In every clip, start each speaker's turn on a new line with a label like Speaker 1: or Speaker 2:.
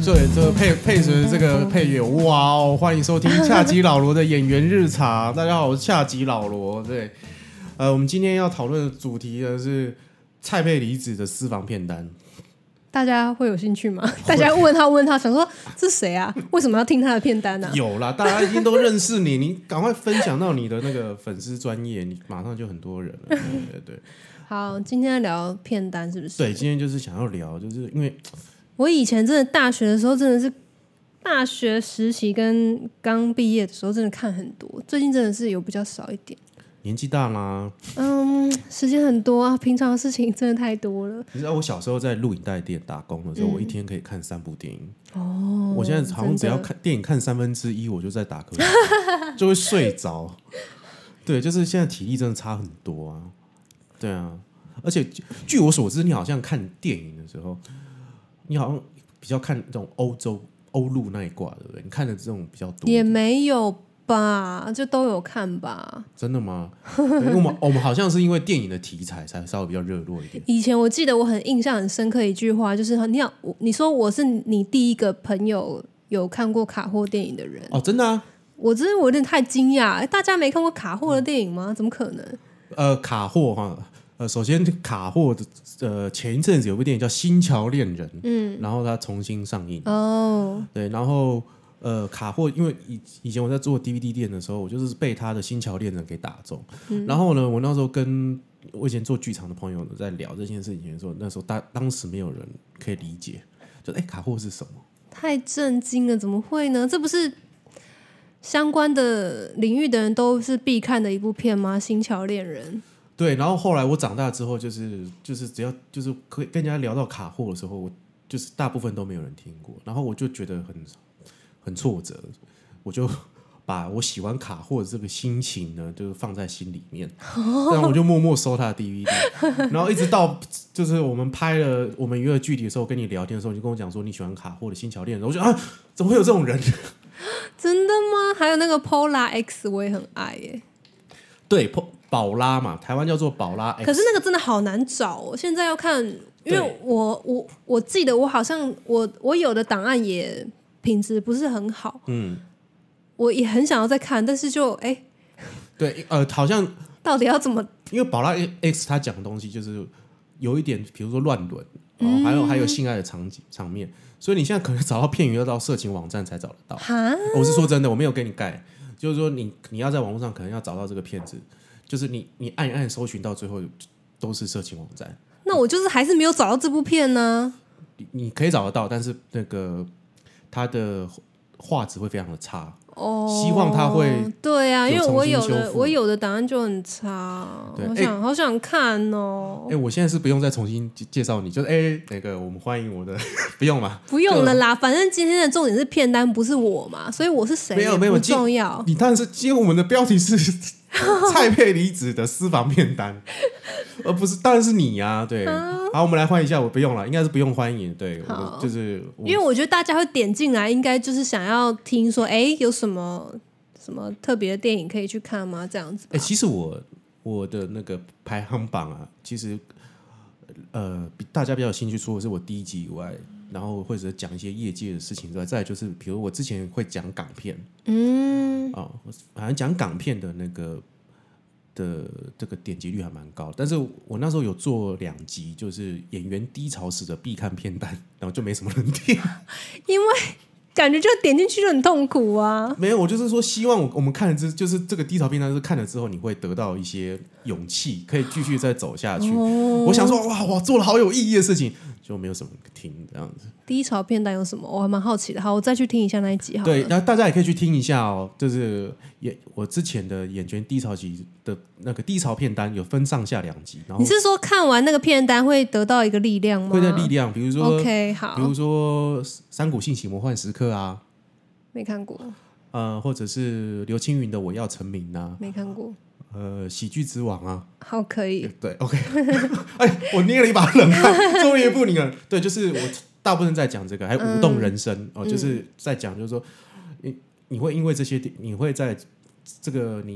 Speaker 1: 这配随这个配乐，哇哦！欢迎收听恰吉老罗的演员日常。大家好，我是恰吉老罗。对，我们今天要讨论的主题呢是蔡佩离子的私房片单。
Speaker 2: 大家会有兴趣吗？大家问他，想说这谁啊？为什么要听他的片单呢？
Speaker 1: 有啦，大家一定都认识你，你赶快分享到你的那个粉丝专页，你马上就很多人了。对。
Speaker 2: 好，今天聊片单是不是？
Speaker 1: 对，今天就是想要聊，就是因为
Speaker 2: 我以前真的大学的时候，真的是大学实习跟刚毕业的时候，真的看很多。最近真的是有比较少一点。
Speaker 1: 年纪大吗？
Speaker 2: 时间很多啊，平常的事情真的太多了。
Speaker 1: 你知道我小时候在录影带店打工的时候，我一天可以看3部电影。
Speaker 2: 哦，
Speaker 1: 我现在好像只要看电影看1/3，我就在打瞌睡，就会睡着。对，就是现在体力真的差很多啊。对啊，而且据我所知，你好像看电影的时候，你好像比较看这种欧陆那一挂，对不对？你看的这种比较多。
Speaker 2: 也没有吧，就都有看吧。
Speaker 1: 真的吗？我们好像是因为电影的题材才稍微比较热络一点。
Speaker 2: 以前我记得我很印象很深刻一句话，就是你说我是你第一个朋友有看过卡霍电影的人
Speaker 1: 哦，真的啊！
Speaker 2: 我有点太惊讶，大家没看过卡霍的电影吗？怎么可能？
Speaker 1: 卡霍哈，首先卡霍的前一阵子有部电影叫《新桥恋人》，然后它重新上映
Speaker 2: 哦，
Speaker 1: 对，然后卡霍因为以前我在做 DVD 店的时候，我就是被他的《新桥恋人》给打中，然后呢，我那时候跟我以前做剧场的朋友在聊这件事情的时候，那时候当时没有人可以理解，就卡霍是什么？
Speaker 2: 太震惊了，怎么会呢？这不是相关的领域的人都是必看的一部片吗？《新桥恋人》。
Speaker 1: 对，然后后来我长大之后，就是只要就是可以跟人家聊到卡霍的时候，我就是大部分都没有人听过，然后我就觉得很挫折，我就把我喜欢卡霍的这个心情呢，就是放在心里面，然后我就默默收他的 DVD，然后一直到就是我们拍了我们约了距离的时候，跟你聊天的时候，你就跟我讲说你喜欢卡霍的《新桥恋人》，我就怎么会有这种人？
Speaker 2: 真的吗？还有那个 Polar X 我也很爱耶。
Speaker 1: 对，宝拉嘛，台湾叫做宝拉 X。
Speaker 2: 可是那个真的好难找哦，现在要看，因为我记得我好像我有的档案也品质不是很好，我也很想要再看，但是就
Speaker 1: 对，好像
Speaker 2: 到底要怎么？
Speaker 1: 因为宝拉 X 他讲的东西就是有一点，比如说乱伦，还有性爱的场面，所以你现在可能找到片源要到色情网站才找得到。我是说真的，我没有给你盖，就是说你要在网络上可能要找到这个片子，就是你按一按搜寻到最后都是色情网站。
Speaker 2: 那我就是还是没有找到这部片呢。
Speaker 1: 你可以找得到，但是那个它的画质会非常的差。希望它会
Speaker 2: 对啊，因为我有的档案就很差，好想看哦。
Speaker 1: 我现在是不用再重新介绍你，就是那个我们欢迎我的，不用嘛，
Speaker 2: 不用了啦，反正今天的重点是片单，不是我嘛，所以我是谁
Speaker 1: 没有
Speaker 2: 不重要。
Speaker 1: 你当然是今天我们的标题是蔡佩离子的私房片单，而不是当然是你啊，对。好，我们来欢迎一下，我不用了，应该是不用欢迎，对，就是
Speaker 2: 因为我觉得大家会点进来，应该就是想要听说，有什么特别的电影可以去看吗？这样子。
Speaker 1: 其实我的那个排行榜啊，其实大家比较有兴趣，除了是我第一集以外，然后或者讲一些业界的事情之外，再来就是比如我之前会讲港片，好像讲港片的那个的这个点击率还蛮高，但是我那时候有做2集，就是演员低潮时的必看片单，然后就没什么人听，
Speaker 2: 因为感觉就点进去就很痛苦啊。
Speaker 1: 没有，我就是说希望我们看了就是这个低潮片单是看了之后，你会得到一些勇气，可以继续再走下去。我想说哇，我做了好有意义的事情，就没有什么听这样子。
Speaker 2: 低潮片单有什么？我还蛮好奇的。好，我再去听一下那一集好了。
Speaker 1: 对，然后大家也可以去听一下哦。就是我之前的演员低潮集的那个低潮片单有分上下2集。然后
Speaker 2: 你是说看完那个片单会得到一个力量吗？
Speaker 1: 会的力量，比如说
Speaker 2: OK 好，
Speaker 1: 比如说山谷信息魔幻时刻啊，
Speaker 2: 没看过。
Speaker 1: 或者是刘青云的我要成名啊，
Speaker 2: 没看过。
Speaker 1: 喜剧之王啊，
Speaker 2: 好可以。
Speaker 1: 对 OK 我捏了一把冷汗，终于一部你了。对，就是我大部分在讲这个，还有舞动人生就是在讲，就是说你会因为这些，你会在这个你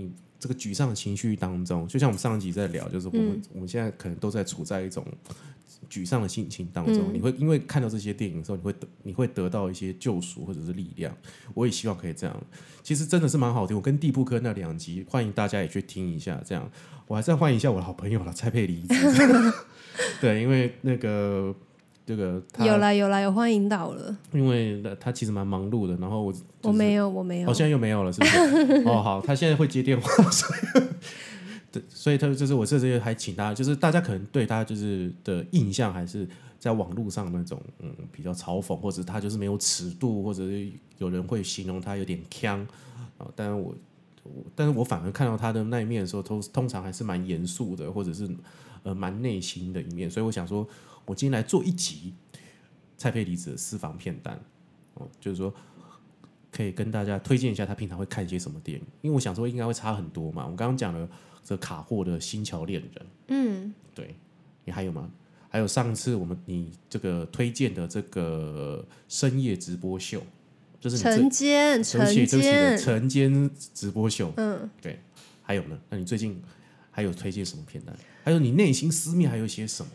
Speaker 1: 这个沮丧的情绪当中，就像我们上一集在聊，就是我们现在可能都在处在一种沮丧的心情当中，你会因为看到这些电影的时候，你会得到一些救赎或者是力量。我也希望可以这样，其实真的是蛮好听。我跟地布科那2集，欢迎大家也去听一下。这样，我还是要欢迎一下我的好朋友了，蔡佩离子。对，因为这个
Speaker 2: 有啦有欢迎到了，
Speaker 1: 因为他其实蛮忙碌的，然后
Speaker 2: 我没有，
Speaker 1: 现在又没有了，是不是？哦，好，他现在会接电话，所以他就是我这些还请他，就是大家可能对他就是的印象还是在网络上那种比较嘲讽，或者他就是没有尺度，或者是有人会形容他有点呛啊。但是我反而看到他的那一面的时候，通常还是蛮严肃的，或者是蛮内心的一面。所以我想说，我今天来做一集蔡佩离子的私房片单，就是说可以跟大家推荐一下他平常会看一些什么电影，因为我想说应该会差很多嘛。我刚刚讲了这卡霍的《新桥恋人》，对，你还有吗？还有上次你这个推荐的这个深夜直播秀，就是
Speaker 2: 晨间
Speaker 1: 直播秀，对，还有呢？那你最近还有推荐什么片单？还有你内心私密还有些什么？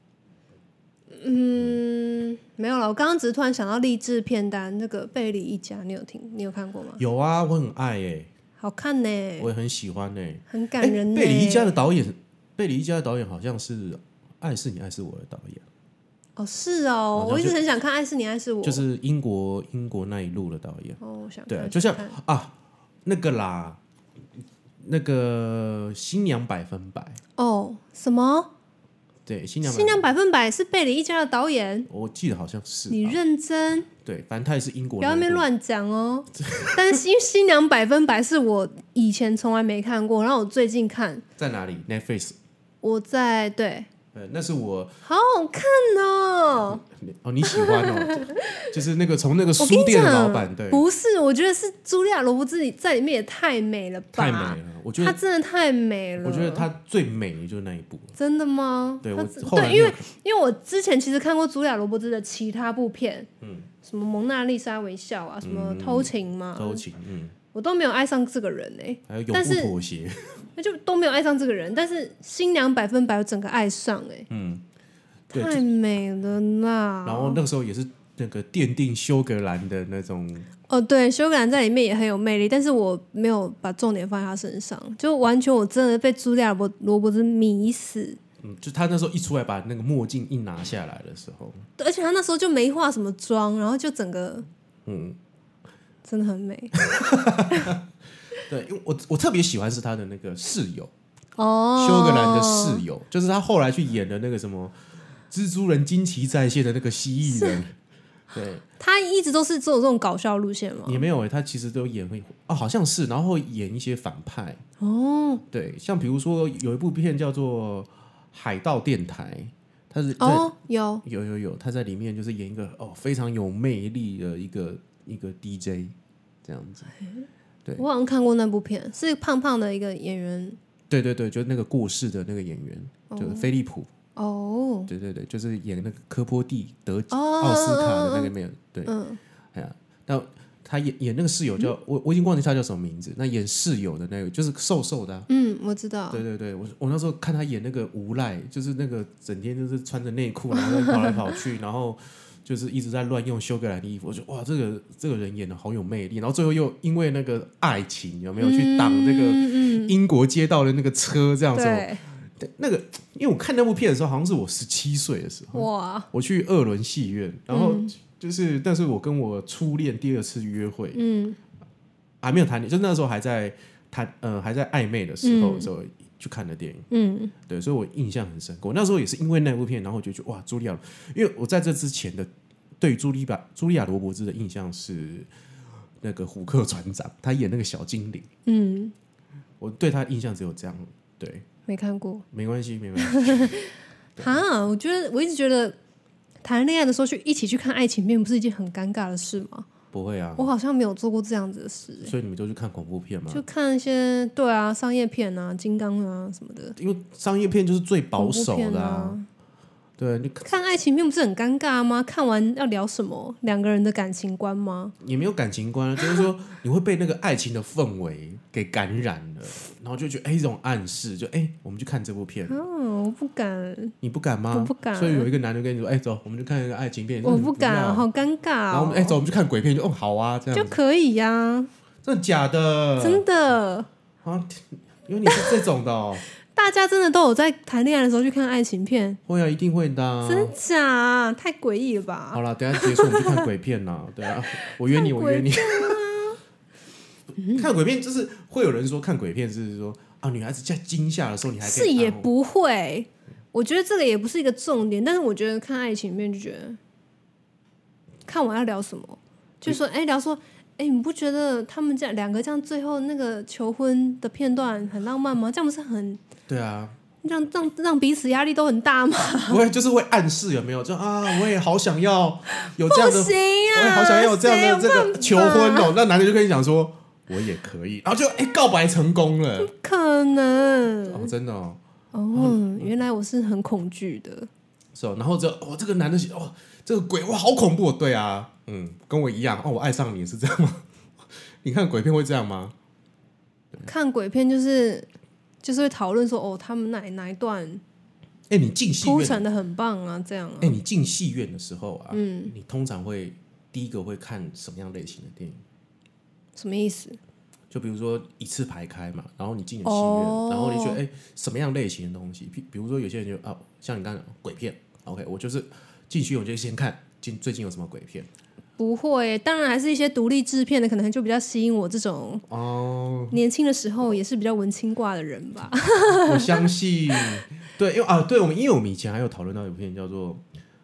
Speaker 2: 没有了。我刚刚只是突然想到励志片单，那个《贝里一家》，你有看过吗？
Speaker 1: 有啊，我很爱
Speaker 2: 好看呢，
Speaker 1: 我也很喜欢
Speaker 2: 很感人呢。
Speaker 1: 贝里一家的导演好像是《爱是你爱是我》的导演。
Speaker 2: 哦，是哦，我一直很想看《爱是你爱是我》，
Speaker 1: 就是英国那一路的导演。
Speaker 2: 我想看，
Speaker 1: 对，就像那个啦，那个新娘100%。
Speaker 2: 什么？
Speaker 1: 对，新娘
Speaker 2: 100%是贝里一家的导演，
Speaker 1: 我记得好像是。
Speaker 2: 你认真？
Speaker 1: 对，反正他也是英国。
Speaker 2: 不要在那边乱讲哦。但是新娘100%是我以前从来没看过，然后我最近看。
Speaker 1: 在哪里 ？Netflix。
Speaker 2: 我在对。
Speaker 1: 那是我
Speaker 2: 好好看哦！
Speaker 1: 你喜欢哦？就是那个从那个书店的老板，对，
Speaker 2: 不是，我觉得是茱莉亚·罗伯兹在里面也太美了吧！
Speaker 1: 太美了，我觉得
Speaker 2: 她真的太美了。
Speaker 1: 我觉得她最美的就是那一部。
Speaker 2: 真的吗？
Speaker 1: 对，
Speaker 2: 因为我之前其实看过茱莉亚·罗伯兹的其他部片，什么《蒙娜丽莎微笑》啊，什么偷情嘛，我都没有爱上这个人
Speaker 1: 还有永不妥协。
Speaker 2: 那就都没有爱上这个人，但是新娘100%我整个爱上太美了啦！
Speaker 1: 然后那个时候也是那个奠定休格兰的那种
Speaker 2: 对，休格兰在里面也很有魅力，但是我没有把重点放在他身上，就完全我真的被茱莉亚·罗伯兹迷死。
Speaker 1: 就他那时候一出来把那个墨镜一拿下来的时候，
Speaker 2: 而且他那时候就没化什么妆，然后就整个真的很美。
Speaker 1: 对，因为我特别喜欢是他的那个室友休格兰的室友，就是他后来去演的那个什么蜘蛛人惊奇在线的那个蜥蜴人。对，
Speaker 2: 他一直都是走这种搞笑路线吗？
Speaker 1: 也没有他其实都演好像是，然后会演一些反派。对，像比如说有一部片叫做《海盗电台》，他是有他在里面就是演一个非常有魅力的一个 DJ 这样子。对，
Speaker 2: 我好像看过那部片，是胖胖的一个演员。
Speaker 1: 对，就是那个过世的那个演员，就是菲利普。对，就是演那个科波蒂得奥斯卡的那个没有。对，那他演那个室友叫我已经忘记他叫什么名字。那演室友的那个就是瘦瘦的。
Speaker 2: 我知道。
Speaker 1: 对，我那时候看他演那个无赖，就是那个整天就是穿着内裤，然后跑来跑去，然后就是一直在乱用休格兰的衣服。我觉得哇，这个人演的好有魅力。然后最后又因为那个爱情有没有去挡那个英国街道的那个车这样子。对，那个因为我看那部片的时候好像是我17岁的时候，哇！我去2轮戏院，然后就是但是我跟我初恋第2次约会，还没有谈恋爱，就那时候还在还在暧昧的时候去看的电影。对，所以我印象很深刻。我那时候也是因为那部片，然后我就觉得哇，茱莉亚，因为我在这之前的对于茱莉亚·罗伯兹的印象是那个虎克船长，他演那个小精灵。我对他印象只有这样。对。
Speaker 2: 没看过，
Speaker 1: 没关系。
Speaker 2: 我一直觉得谈恋爱的时候一起去看爱情片，不是一件很尴尬的事吗？
Speaker 1: 不会啊，
Speaker 2: 我好像没有做过这样子的事。
Speaker 1: 所以你们都去看恐怖片吗？
Speaker 2: 就看一些商业片啊、金刚啊什么的。
Speaker 1: 因为商业片就是最保守的对，你
Speaker 2: 看爱情片不是很尴尬吗？看完要聊什么？两个人的感情观吗？
Speaker 1: 也没有感情观，就是说你会被那个爱情的氛围给感染了，然后就觉得一种暗示，就我们去看这部片。
Speaker 2: 我不敢。
Speaker 1: 你不敢吗？
Speaker 2: 我不敢。
Speaker 1: 所以有一个男的跟你说：“走，我们去看一个爱情片。”
Speaker 2: 我不敢，好尴尬。然
Speaker 1: 后我们走，我们去看鬼片，就好啊，这样
Speaker 2: 就可以呀。
Speaker 1: 真的假的？
Speaker 2: 真的
Speaker 1: 啊，因为你是这种的哦。
Speaker 2: 大家真的都有在谈恋爱的时候去看爱情片？
Speaker 1: 会啊，一定会的啊。
Speaker 2: 真假？太诡异了吧！
Speaker 1: 好了，等一下结束我们去看鬼片啦。对啊，我约你，我约你。看鬼片就是会有人说看鬼片是说啊，女孩子在惊吓的时候你还可以
Speaker 2: 是也不会。我觉得这个也不是一个重点，但是我觉得看爱情片就觉得看完要聊什么，就说聊说你不觉得他们这样两个这样最后那个求婚的片段很浪漫吗？这样不是很
Speaker 1: 对啊，
Speaker 2: 让彼此压力都很大吗？
Speaker 1: 不会，就是会暗示有没有？就我也好想要有这样的，
Speaker 2: 不行啊，
Speaker 1: 我也好想要有这样的这个求婚哦。那男的就跟你讲说，我也可以，然后就告白成功了。
Speaker 2: 不可能
Speaker 1: 真的哦。
Speaker 2: 原来我是很恐惧的。
Speaker 1: 是哦，然后这个男的这个鬼好恐怖哦。对啊，跟我一样我爱上你是这样吗？你看鬼片会这样吗？
Speaker 2: 看鬼片就是会讨论说他们哪一段
Speaker 1: 你进戏院
Speaker 2: 铺陈的很棒啊，这样啊。
Speaker 1: 你进戏院的时候啊，你通常会第一个会看什么样类型的电影？什
Speaker 2: 么意思？
Speaker 1: 就比如说一次排开嘛，然后你进了戏院，然后你觉得什么样类型的东西？比如说有些人就像你刚刚讲鬼片 ，OK， 我就是进去我就先看最近有什么鬼片。
Speaker 2: 不会，当然还是一些独立制片的，可能就比较吸引我这种年轻的时候也是比较文青挂的人吧。
Speaker 1: 我相信，对，因为我们以前还有讨论到一部片叫做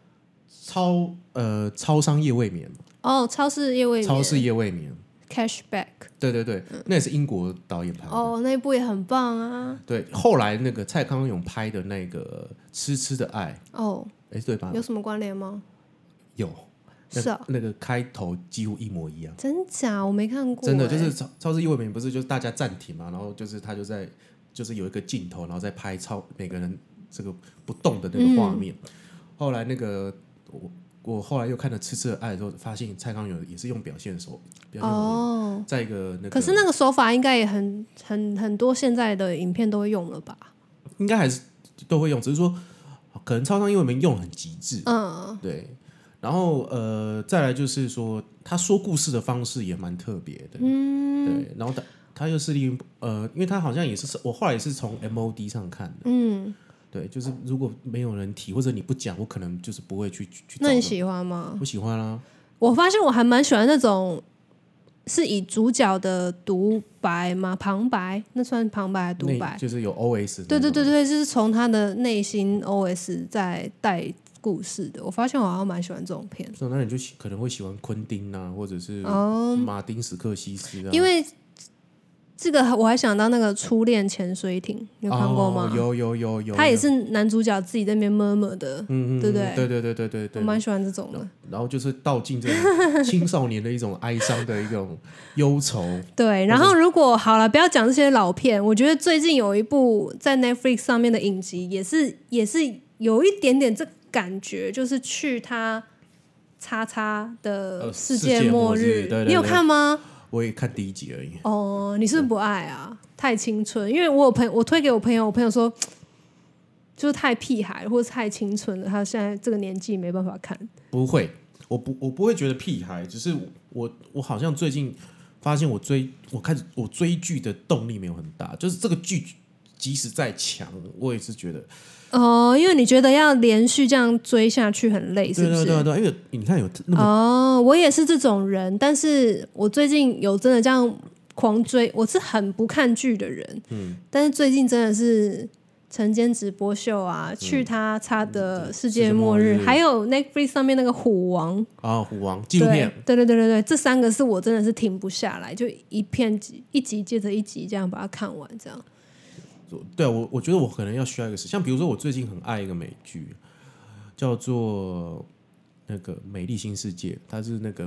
Speaker 1: 超商夜未眠
Speaker 2: 超市夜
Speaker 1: 未眠
Speaker 2: Cashback，
Speaker 1: 对，那也是英国导演拍的
Speaker 2: 那一部也很棒啊。
Speaker 1: 对，后来那个蔡康永拍的那个痴痴的爱对吧？
Speaker 2: 有什么关联吗？
Speaker 1: 有。
Speaker 2: 是
Speaker 1: 那个开头几乎一模一样。
Speaker 2: 真假？我没看过。
Speaker 1: 真的就是超市夜未眠不是就是大家暂停嘛，然后就是他就是有一个镜头，然后再拍每个人这个不动的那个画面。后来那个我后来又看了痴痴的爱的时候，发现蔡康永也是用表现手在一个那个。
Speaker 2: 可是那个手法应该也很多现在的影片都会用了吧？
Speaker 1: 应该还是都会用，只是说可能超商夜未眠用得很极致。对。然后再来就是说，他说故事的方式也蛮特别的。对。然后他又是因为他好像也是我后来也是从 MOD 上看的。对，就是如果没有人提或者你不讲，我可能就是不会去找。
Speaker 2: 那你喜欢吗？
Speaker 1: 我喜欢啊。
Speaker 2: 我发现我还蛮喜欢那种是以主角的独白吗？旁白，那算旁白还是独白？
Speaker 1: 就是有 OS。
Speaker 2: 对，就是从他的内心 OS 在带故事的。我发现我好像蛮喜欢这种片。
Speaker 1: 那你就可能会喜欢昆汀啊，或者是马丁史克西斯啊。
Speaker 2: 因为这个我还想到那个初恋潜水艇，你有看过吗？
Speaker 1: 有。
Speaker 2: 他也是男主角自己在那边 murmur 的，对不对？
Speaker 1: 对，
Speaker 2: 我蛮喜欢这种的。
Speaker 1: 然后就是道尽这种青少年的一种哀伤的一种忧愁。
Speaker 2: 对，然后如果好了，不要讲这些老片，我觉得最近有一部在 Netflix 上面的影集，也是有一点点这感觉，就是去他叉叉的世界末日，
Speaker 1: 对，
Speaker 2: 你有看吗？
Speaker 1: 我也看第一集而已。
Speaker 2: 你是不是不爱啊？太青春，因为我推给我朋友，我朋友说就是太屁孩或者太青春了，他现在这个年纪没办法看。
Speaker 1: 不会，我不会觉得屁孩，只是我好像最近发现我追剧的动力没有很大，就是这个剧即使再强，我也是觉得
Speaker 2: 因为你觉得要连续这样追下去很累，是不是？
Speaker 1: 对，因为你看有那么
Speaker 2: 我也是这种人，但是我最近有真的这样狂追，我是很不看剧的人，但是最近真的是晨间直播秀啊，去他差的世界末日，还有 Netflix 上面那个虎王纪录片，对，这三个是我真的是停不下来，就一集接着一集这样把它看完，这样。
Speaker 1: 对，我觉得我可能要需要一个像比如说我最近很爱一个美剧，叫做那个《美丽新世界》，它是那个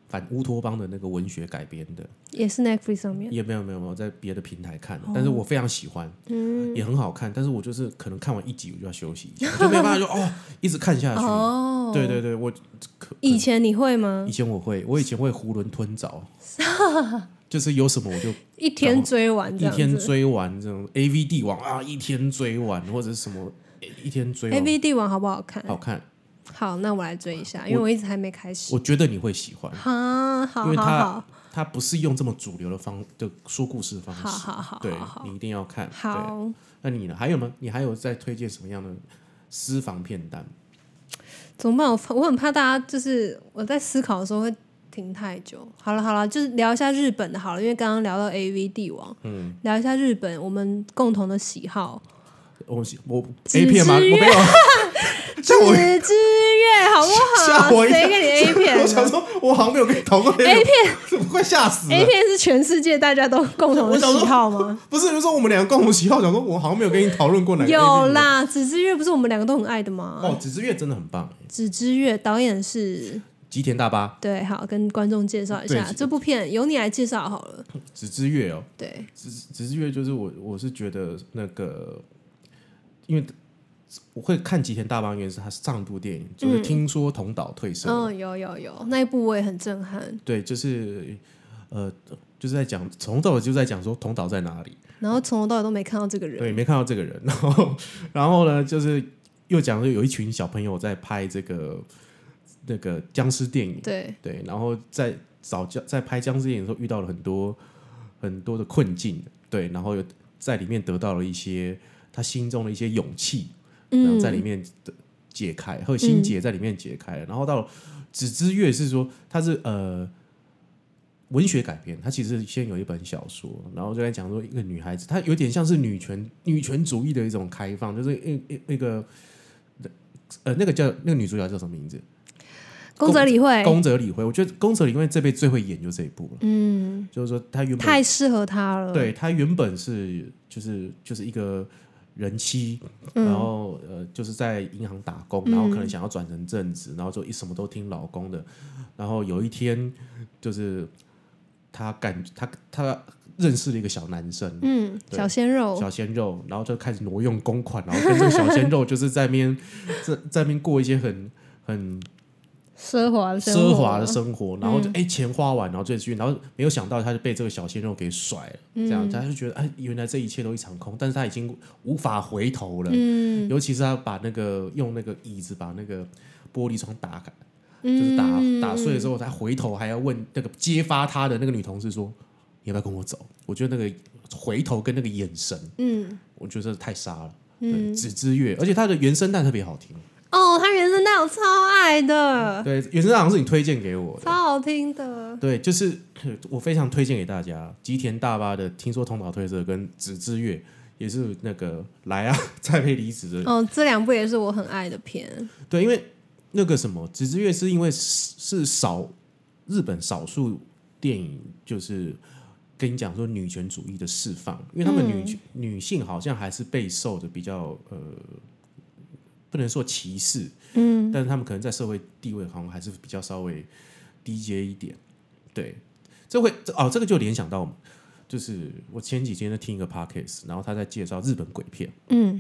Speaker 1: 反乌托邦的那个文学改编的，
Speaker 2: 也是 Netflix 上面，
Speaker 1: 也没有在别的平台看，但是我非常喜欢，也很好看，但是我就是可能看完一集我就要休息一下，我就没有办法说一直看下去。对对对，我
Speaker 2: 以前你会吗？
Speaker 1: 以前我以前会囫囵吞枣，就是有什么我就
Speaker 2: 一天追完这样子，
Speaker 1: 一天追完这种 AV 帝王啊，一天追完或者是什么一天追完
Speaker 2: AV 帝王好不好看？
Speaker 1: 好看。
Speaker 2: 好，那我来追一下，因为我一直还没开始。
Speaker 1: 我觉得你会喜欢，
Speaker 2: 好，
Speaker 1: 因为
Speaker 2: 好，
Speaker 1: 他不是用这么主流的说故事的方式，
Speaker 2: 好，
Speaker 1: 对，你一定要看。
Speaker 2: 好，
Speaker 1: 那你呢？还有吗？你还有在推荐什么样的私房片单？
Speaker 2: 怎么办？我很怕大家就是我在思考的时候会停太久。好了，就是聊一下日本的好了，因为刚刚聊到 AV 帝王，聊一下日本我们共同的喜好。
Speaker 1: 我 A 片吗？我没有。
Speaker 2: 纸之月好不好？
Speaker 1: 吓我一跳！
Speaker 2: 谁给你 A 片？
Speaker 1: 我想说，我好像没有跟你讨论
Speaker 2: A 片，
Speaker 1: 怎么快吓死了
Speaker 2: ？A 片是全世界大家都共同的喜好吗？
Speaker 1: 不是，就是说我们两个共同喜好。想说，我好像没有跟你讨论过哪个 A 片。
Speaker 2: 有啦，纸之月不是我们两个都很爱的吗？
Speaker 1: 纸之月真的很棒。
Speaker 2: 纸之月导演是
Speaker 1: 吉田大八。
Speaker 2: 对，好，跟观众介绍一下这部片，由你来介绍好了。
Speaker 1: 纸之月哦，
Speaker 2: 对，
Speaker 1: 纸之月就是我是觉得那个，因为我会看吉田大八，原因是他上一部电影，就是听说桐岛退社。
Speaker 2: 有，那一部我也很震撼。
Speaker 1: 对，就是就是在讲从头到尾就在讲说桐岛在哪里，
Speaker 2: 然后从头到尾都没看到这个人，
Speaker 1: 对，没看到这个人。然后呢，就是又讲说有一群小朋友在拍那个僵尸电影，
Speaker 2: 对，
Speaker 1: 然后在拍僵尸电影的时候遇到了很多的困境，对，然后又在里面得到了一些他心中的一些勇气。然后在里面解开，和心结在里面解开了。然后到了纸之月是说它是文学改编，它其实先有一本小说，然后就在讲说一个女孩子，她有点像是女权主义的一种开放，就是那个那个女主角叫什么名字？
Speaker 2: 宫泽理惠。
Speaker 1: 宫泽理惠，我觉得宫泽理惠这辈子最会演就这一部了。就是说她原本
Speaker 2: 太适合她了。
Speaker 1: 对，她原本是就是一个人妻，然后就是在银行打工，然后可能想要转成正职，然后就什么都听老公的。然后有一天，就是她认识了一个小男生，
Speaker 2: 小鲜肉，
Speaker 1: 然后就开始挪用公款，然后跟这个小鲜肉就是在面过一些很
Speaker 2: 奢华的生活，
Speaker 1: 然后就钱花完，然后然后没有想到他就被这个小鲜肉给甩了，这样他就觉得原来这一切都一场空，但是他已经无法回头了。尤其是他把用那个椅子把那个玻璃窗打开，就是打碎了之后，他回头还要问那个揭发他的那个女同事说：“你要不要跟我走？”我觉得那个回头跟那个眼神，我觉得太杀了。纸之月，而且他的原声带特别好听。
Speaker 2: 他原声带我超爱的。
Speaker 1: 对，原声带好像是你推荐给我的，
Speaker 2: 超好听的。
Speaker 1: 对，就是我非常推荐给大家，吉田大八的《听说桐岛退社》跟《纸之月》也是那个来啊再配离子的。
Speaker 2: 这两部也是我很爱的片。
Speaker 1: 对，因为那个什么《纸之月》是因为是日本少数电影，就是跟你讲说女权主义的释放，因为他们女性好像还是备受的比较不能说歧视，但是他们可能在社会地位好像还是比较稍微低阶一点。对，这个就联想到，就是我前几天在听一个 podcast， 然后他在介绍日本鬼片。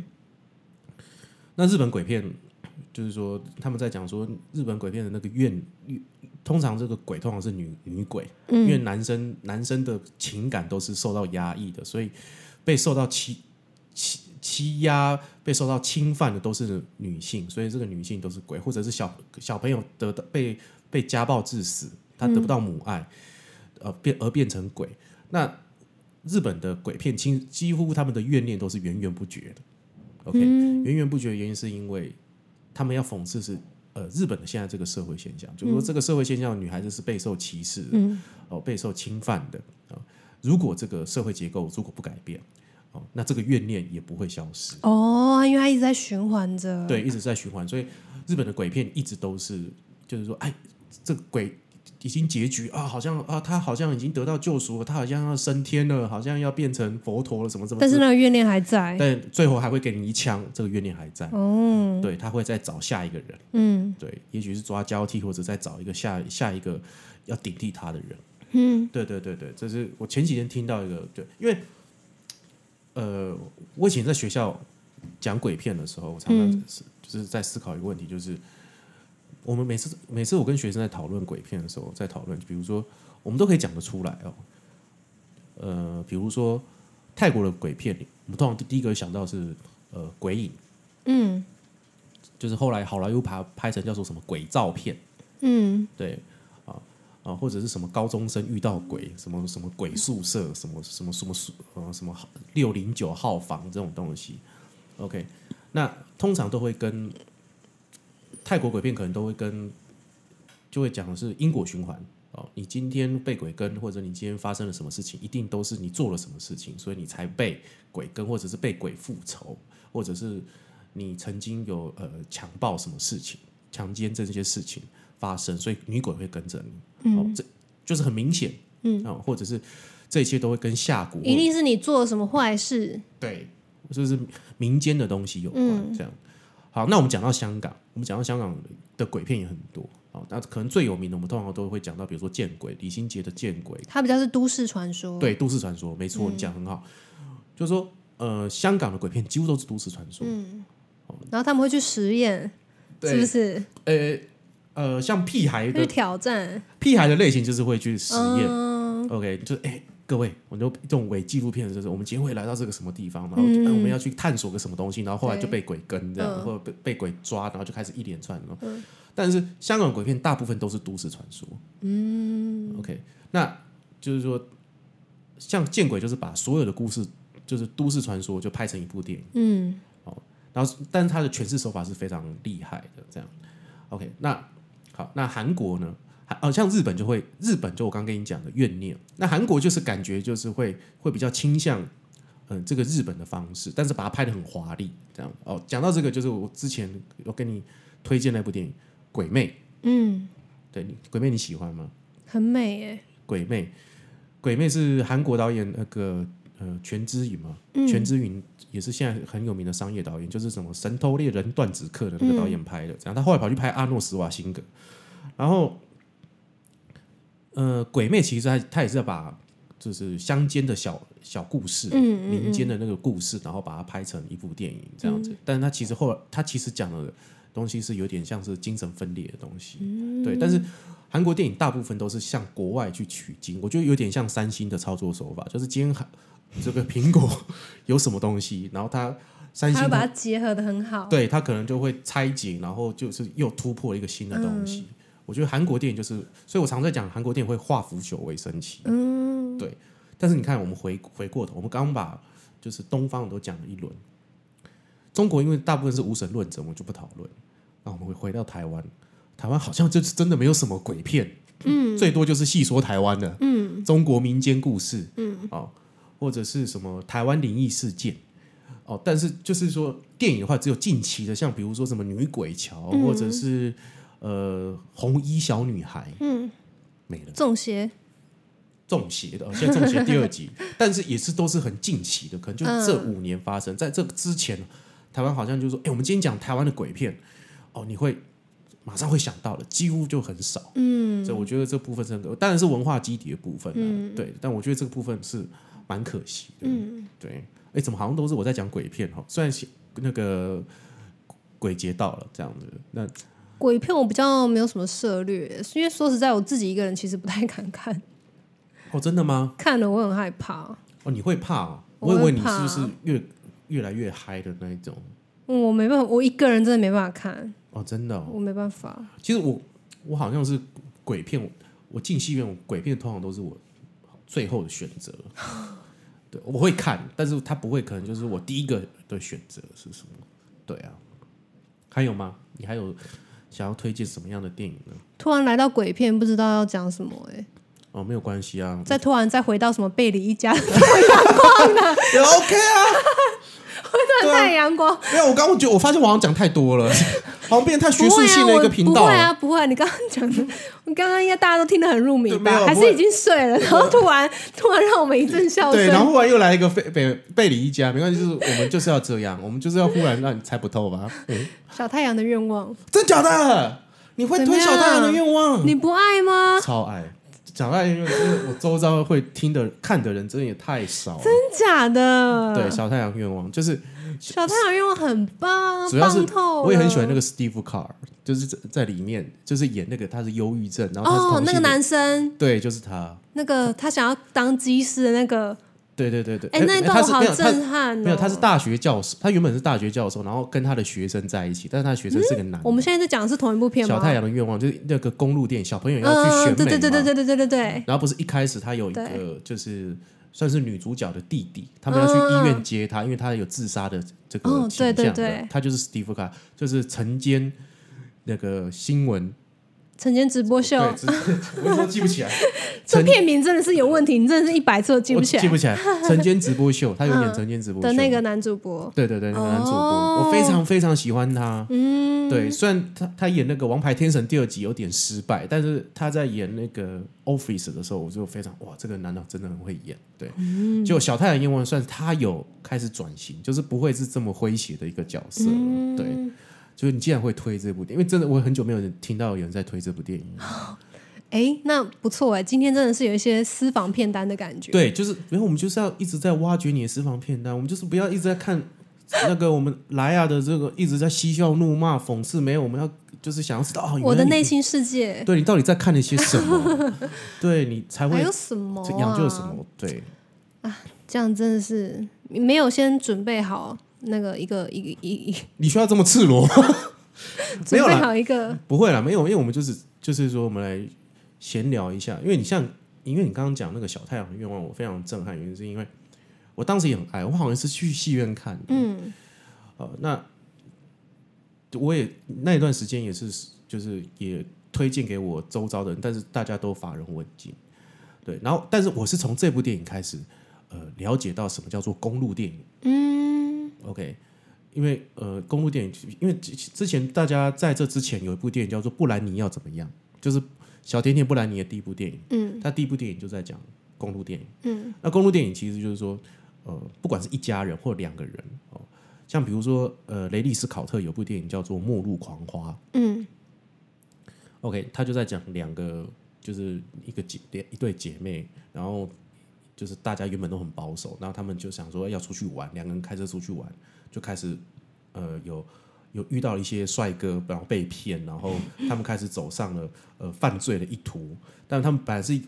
Speaker 1: 那日本鬼片就是说他们在讲说日本鬼片的那个通常这个鬼通常是女鬼，因为男生的情感都是受到压抑的，所以被受到欺压、被受到侵犯的都是女性，所以这个女性都是鬼，或者是小朋友被家暴致死，他得不到母爱，而变成鬼。那日本的鬼片几乎他们的怨念都是源源不绝的。OK，源源不绝的原因是因为他们要讽刺是日本的现在这个社会现象，就是说这个社会现象，女孩子是备受歧视的，备受侵犯的。如果这个社会结构如果不改变，那这个怨念也不会消失。
Speaker 2: 因为它一直在循环着。
Speaker 1: 对，一直在循环，所以日本的鬼片一直都是，就是说，这个鬼已经结局啊，好像啊，他好像已经得到救赎了，他好像要升天了，好像要变成佛陀了，什么什么。
Speaker 2: 但是那个怨念还在，
Speaker 1: 但最后还会给你一枪，这个怨念还在。哦，对，他会再找下一个人。对，也许是抓交替，或者再找一个下一个要顶替他的人。对，这是我前几天听到一个，对，因为我以前在学校讲鬼片的时候，我常常就是在思考一个问题，就是我们每次我跟学生在讨论鬼片的时候，在讨论，比如说我们都可以讲得出来哦。比如说泰国的鬼片里，我们通常第一个想到是鬼影，就是后来好莱坞拍成叫做什么鬼照片，对啊，或者是什么高中生遇到鬼，什么什么鬼宿舍，什么609号房这种东西。OK， 那通常都会跟泰国鬼片可能都会就会讲的是因果循环哦。你今天被鬼跟，或者你今天发生了什么事情，一定都是你做了什么事情，所以你才被鬼跟，或者是被鬼复仇，或者是你曾经有强暴什么事情、强奸这些事情发生，所以女鬼会跟着你。这就是很明显。或者是这一切都会跟下蛊，
Speaker 2: 一定是你做了什么坏事。
Speaker 1: 对，就是民间的东西有关。这样。好，那我们讲到香港，的鬼片也很多。那可能最有名的，我们通常都会讲到，比如说见鬼，李心洁的见鬼，
Speaker 2: 它比较是都市传说。
Speaker 1: 对，都市传说，没错，你讲很好。就是说，香港的鬼片几乎都是都市传说。
Speaker 2: 然后他们会去实验，是不是？
Speaker 1: 像屁孩的
Speaker 2: 挑战，
Speaker 1: 屁孩的类型就是会去实验。OK， 就是各位，我就这种伪纪录片，就是我们今天会来到这个什么地方，然后我们要去探索个什么东西，然后后来就被鬼跟这样，或者被鬼抓，然后就开始一连串。但是香港鬼片大部分都是都市传说。OK， 那就是说，像见鬼就是把所有的故事，就是都市传说，就拍成一部电影。然后但是它的诠释手法是非常厉害的，这样。OK， 那好，那韩国呢？像日本就我刚跟你讲的怨念，那韩国就是感觉就是会比较倾向这个日本的方式，但是把它拍得很华丽，这样。讲到这个，就是我之前有跟你推荐那部电影《鬼魅》。对，《鬼魅》你喜欢吗？
Speaker 2: 很美耶。
Speaker 1: 鬼魅是韩国导演那个全知允嘛，全知允也是现在很有名的商业导演，就是什么《神偷猎人》《断指客》的那个导演拍的。这样，他后来跑去拍阿诺·施瓦辛格，然后。鬼魅其实他也是要把就是乡间的小故事，民间的那个故事，然后把它拍成一部电影这样子。但是他其实讲的东西是有点像是精神分裂的东西。对。但是韩国电影大部分都是向国外去取经，我觉得有点像三星的操作手法，就是今天这个苹果有什么东西，然后三星
Speaker 2: 他会把它结合得很好，
Speaker 1: 对，他可能就会拆解，然后就是又突破一个新的东西。我觉得韩国电影就是，所以我常在讲韩国电影会化腐朽为神奇。对。但是你看，我们回过头，我们刚刚把就是东方都讲了一轮，中国因为大部分是无神论者，我们就不讨论。那我们会回到台湾，台湾好像就是真的没有什么鬼片，最多就是戏说台湾的，中国民间故事，或者是什么台湾灵异事件。但是就是说电影的话，只有近期的，像比如说什么女鬼桥，或者是。红衣小女孩，没了。中邪的，现在中邪第2集，但是也是都是很近期的，可能就是这5年发生。在这之前，台湾好像就是说，我们今天讲台湾的鬼片，你会马上会想到的，几乎就很少。所以我觉得这部分是当然是文化基底的部分，对。但我觉得这个部分是蛮可惜的，对。怎么好像都是我在讲鬼片哈？虽然那个鬼节到了这样子，那。
Speaker 2: 鬼片我比较没有什么涉猎，因为说实在，我自己一个人其实不太敢看。
Speaker 1: 真的吗？
Speaker 2: 看了我很害怕。
Speaker 1: 你会怕？我以为你是不是越来越嗨的那一种？
Speaker 2: 我没办法，我一个人真的没办法看。
Speaker 1: 真的。
Speaker 2: 我没办法。
Speaker 1: 其实我好像是鬼片，我进戏院，鬼片通常都是我最后的选择。对，我会看，但是它不会可能就是我第一个的选择是什么？对啊。还有吗？你还有？想要推荐什么样的电影呢？
Speaker 2: 突然来到鬼片，不知道要讲什么
Speaker 1: 没有关系啊。
Speaker 2: 突然再回到什么贝里一家的阳光呢？
Speaker 1: 也 OK 啊。
Speaker 2: 会突然太阳光。
Speaker 1: 没有，我发现我好像讲太多了。 好像变太学术性的一个频道了。
Speaker 2: 不会啊，你刚刚讲的，我刚刚应该大家都听得很入迷吧？还
Speaker 1: 不
Speaker 2: 是已经睡了，然后突然让我们一阵笑声。
Speaker 1: 对，然后忽然又来一个贝里一家，没关系，就是我们就是要这样，我们就是要忽然让你猜不透吧。
Speaker 2: 小太阳的愿望，
Speaker 1: 真假的？你会推小太阳的愿望？
Speaker 2: 你不爱吗？
Speaker 1: 超爱。小太阳愿望，我周遭会听的看的人真的也太少了。
Speaker 2: 真假的？
Speaker 1: 对，小太阳愿望就是
Speaker 2: 小太阳愿望很棒，
Speaker 1: 主要是
Speaker 2: 棒透了。
Speaker 1: 我也很喜欢那个 Steve Carr， 就是在里面就是演那个他是忧郁症，然后他是同性恋
Speaker 2: 那个男生，
Speaker 1: 对，就是他。
Speaker 2: 那个他想要当机师的那个。
Speaker 1: 对，
Speaker 2: 那一段我好震撼哦！
Speaker 1: 没有，他是大学教授，他原本是大学教授，然后跟他的学生在一起，但是他的学生是个男的。
Speaker 2: 我们现在在讲的是同一部片吗？
Speaker 1: 小太阳的愿望就是那个公路电影，小朋友要去选美嘛。
Speaker 2: 对。
Speaker 1: 然后不是一开始他有一个就是算是女主角的弟弟，他们要去医院接他，因为他有自杀的这个倾向的。
Speaker 2: 对，
Speaker 1: 他就是 Steve Carr， 就是晨间那个新闻。
Speaker 2: 晨间直播秀，
Speaker 1: 我都记不起来。
Speaker 2: 这片名真的是有问题，你真的是100次都记不起来。
Speaker 1: 记不起来。晨间直播秀，他有点晨间直播秀
Speaker 2: 的那个男主播。
Speaker 1: 对，那个男主播，我非常非常喜欢他。对，虽然他演那个《王牌天神》第2集有点失败，但是他在演那个 Office 的时候，我就非常哇，这个男的真的很会演。对，就小太阳愿望算是他有开始转型，就是不会是这么诙谐的一个角色了。对。就是你既然会推这部电影，因为真的我很久没有听到有人在推这部电影。
Speaker 2: 那不错哎，今天真的是有一些私房片单的感觉。
Speaker 1: 对，就是因为我们就是要一直在挖掘你的私房片单，我们就是不要一直在看那个我们莱亚的这个一直在嬉笑怒骂讽刺，没有，我们要就是想要知道
Speaker 2: 我的内心世界。
Speaker 1: 对，你到底在看了些什么？对，你才会
Speaker 2: 还有什么
Speaker 1: 养就什么？对
Speaker 2: 啊，这样真的是没有先准备好。那个一
Speaker 1: 你需要这么赤裸吗？
Speaker 2: 准备好一个
Speaker 1: 不会啦，没有，因为我们就是说我们来闲聊一下，因为你刚刚讲那个小太阳的愿望，我非常震撼，原因是因为我当时也很爱，我好像是去戏院看的。那我也那一段时间也是就是也推荐给我周遭的人，但是大家都乏人问津。对，然后但是我是从这部电影开始了解到什么叫做公路电影。OK， 因为公路电影，因为之前大家在这之前有一部电影叫做《布兰妮要怎么样》，就是小甜甜布兰妮的第一部电影。他第一部电影就在讲公路电影。那公路电影其实就是说，不管是一家人或2个人像比如说雷利斯考特有部电影叫做《末路狂花》。OK， 他就在讲2个，就是一对姐妹，然后。就是大家原本都很保守，然后他们就想说要出去玩，2个人开车出去玩，就开始有遇到一些帅哥，然后被骗，然后他们开始走上了犯罪的一途。但他们本来是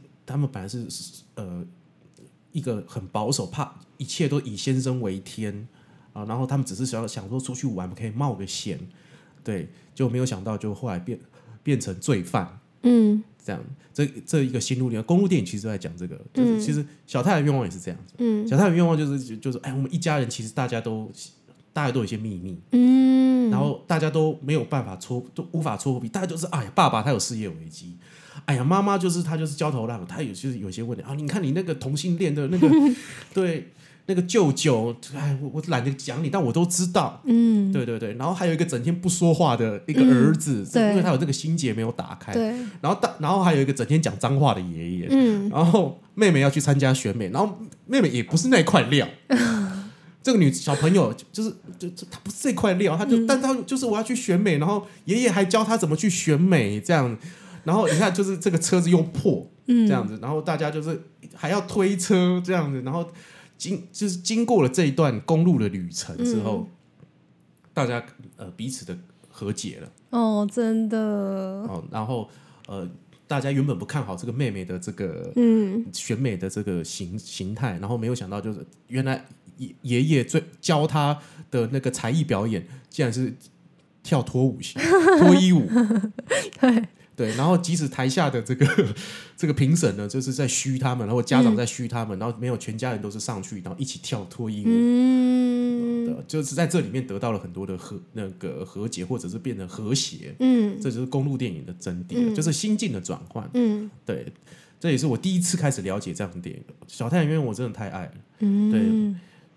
Speaker 1: 一个很保守，怕一切都以先生为天啊，然后他们只是想说出去玩可以冒个险，对，就没有想到就后来变成罪犯。这样，这一个心路历程，公路电影其实都在讲这个，就是其实小太阳愿望也是这样子。小太阳愿望就是，哎，我们一家人其实大家都有一些秘密，然后大家都没有办法都无法戳破，大家就是，哎呀，爸爸他有事业危机，哎呀，妈妈他就是焦头烂额，他就是有些问题啊。你看你那个同性恋的那个，对。那个舅舅，哎，我懒得讲你，但我都知道。对。然后还有一个整天不说话的一个儿子，因为他有这个心结没有打开。
Speaker 2: 对。
Speaker 1: 然后还有一个整天讲脏话的爷爷。然后妹妹要去参加选美，然后妹妹也不是那块料。这个小朋友就他不是这块料，但他就是我要去选美，然后爷爷还教他怎么去选美，这样。然后你看，就是这个车子又破，这样子，然后大家就是还要推车这样子，然后。就是经过了这一段公路的旅程之后，大家彼此的和解了。
Speaker 2: 真的。
Speaker 1: 然后大家原本不看好这个妹妹的这个选美的这个形态，然后没有想到就是原来爷爷教她的那个才艺表演，竟然是跳脱衣舞。对，然后即使台下的这个评审呢，就是在嘘他们，然后家长在嘘他们，然后没有全家人都是上去，然后一起跳脱衣舞，就是在这里面得到了很多的和解，或者是变得和谐。这就是公路电影的真谛，就是心境的转换。对，这也是我第一次开始了解这样的电影。小太阳愿望我真的太爱了。对，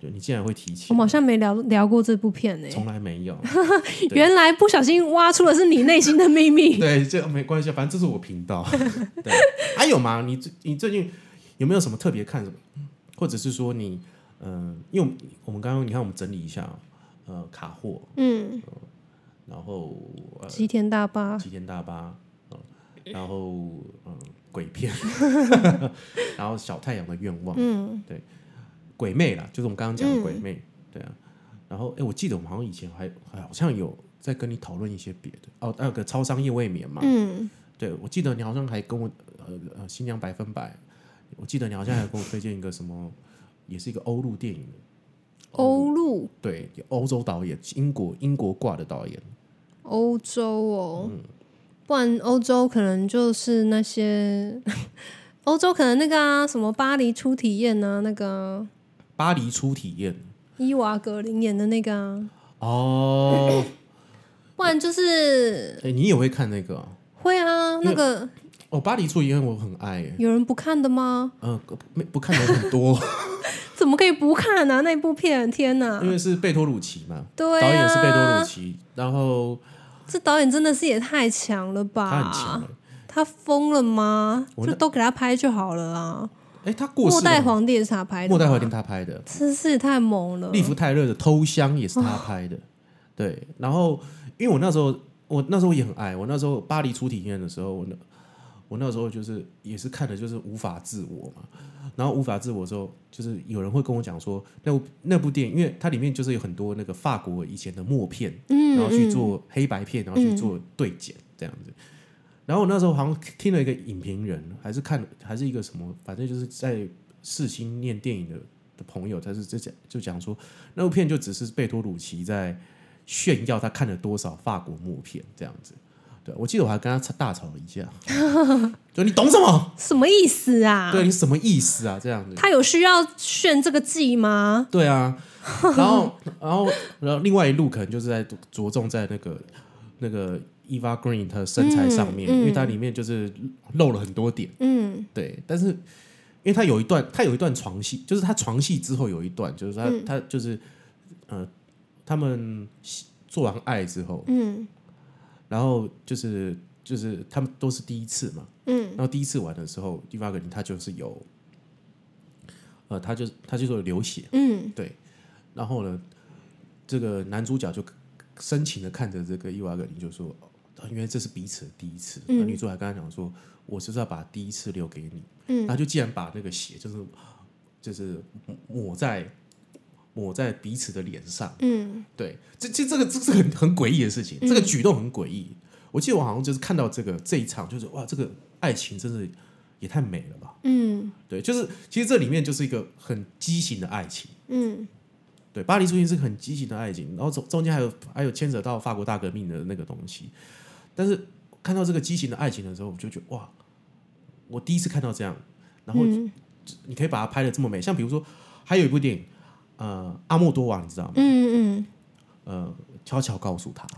Speaker 1: 对你竟然会提起，
Speaker 2: 我们好像没聊过这部片呢、
Speaker 1: 从来没有。
Speaker 2: 原来不小心挖出的是你内心的秘密。
Speaker 1: 对，这没关系，反正这是我频道。对，还有吗？你最近有没有什么特别看什么，或者是说你因为我们刚刚你看我们整理一下，卡货，然后
Speaker 2: 吉田大巴，
Speaker 1: 然后鬼片，然后小太阳的愿望，对，鬼魅啦，就是我们刚刚讲的鬼魅，对啊。然后我记得我们好像以前还好像有在跟你讨论一些别的哦，还有个超商夜未眠嘛，对，我记得你好像还跟我新娘100%，我记得你好像还跟我推荐一个什么，也是一个欧陆电影，
Speaker 2: 欧陆，
Speaker 1: 对，欧洲导演，英国挂的导演，
Speaker 2: 欧洲哦，不然欧洲可能就是那些欧洲可能那个啊，什么巴黎初体验啊，那个啊
Speaker 1: 巴黎初体验，
Speaker 2: 伊娃格林演的那个啊，
Speaker 1: 哦，
Speaker 2: 不然就是
Speaker 1: 你也会看那个啊？
Speaker 2: 会啊，那个
Speaker 1: 巴黎初体验我很爱耶，
Speaker 2: 有人不看的吗？
Speaker 1: 不看的很多，
Speaker 2: 怎么可以不看啊？那部片，天哪！
Speaker 1: 因为是贝托鲁奇嘛，
Speaker 2: 对啊，
Speaker 1: 导演是贝托鲁奇，然后
Speaker 2: 这导演真的是也太强了吧？
Speaker 1: 他很强耶，
Speaker 2: 他疯了吗？就都给他拍就好了啊！
Speaker 1: 他过世了，
Speaker 2: 末代皇帝也是他拍的，
Speaker 1: 末代皇帝他拍的，
Speaker 2: 真是也太猛了。
Speaker 1: 利弗泰勒的偷香也是他拍的，对。然后因为我那时候也很爱，我那时候巴黎初体验的时候，我那时候就是也是看的就是无法自我嘛。然后无法自我的时候，就是有人会跟我讲说，那部电影，因为它里面就是有很多那个法国以前的默片，然后去做黑白片，然后去做对剪这样子。然后我那时候好像听了一个影评人，还是一个什么，反正就是在世新念电影的朋友，他是就讲说，那部片就只是贝托鲁奇在炫耀他看了多少法国默片这样子。对，我记得我还跟他大吵了一架，就你懂什么？
Speaker 2: 什么意思啊？
Speaker 1: 对你什么意思啊？这样子，
Speaker 2: 他有需要炫这个技吗？
Speaker 1: 对啊，然后另外一路可能就是在着重在那个 Eva Green 她的身材上面，因为它里面就是露了很多点，对，但是因为他有一段床戏，就是他床戏之后有一段，就是他就是他们做完爱之后，然后就是他们都是第一次嘛，然后第一次玩的时候，Eva Green 他就是有他就是有流血，对，然后呢，这个男主角就深情的看着这个伊娃格林，就说，因为这是彼此的第一次，女主还跟他讲说，我就是要把第一次留给你，然后就既然把那个血就是抹在彼此的脸上，对，这个很诡异的事情，这个举动很诡异。我记得我好像就是看到这一场，就是哇，这个爱情真是也太美了吧，对，就是其实这里面就是一个很畸形的爱情，对，巴黎初体验是个很畸形的爱情，然后中间还有牵扯到法国大革命的那个东西，但是看到这个畸形的爱情的时候，我就觉得哇，我第一次看到这样，然后你可以把它拍的这么美，像比如说还有一部电影，阿莫多瓦你知道吗？悄悄告诉他，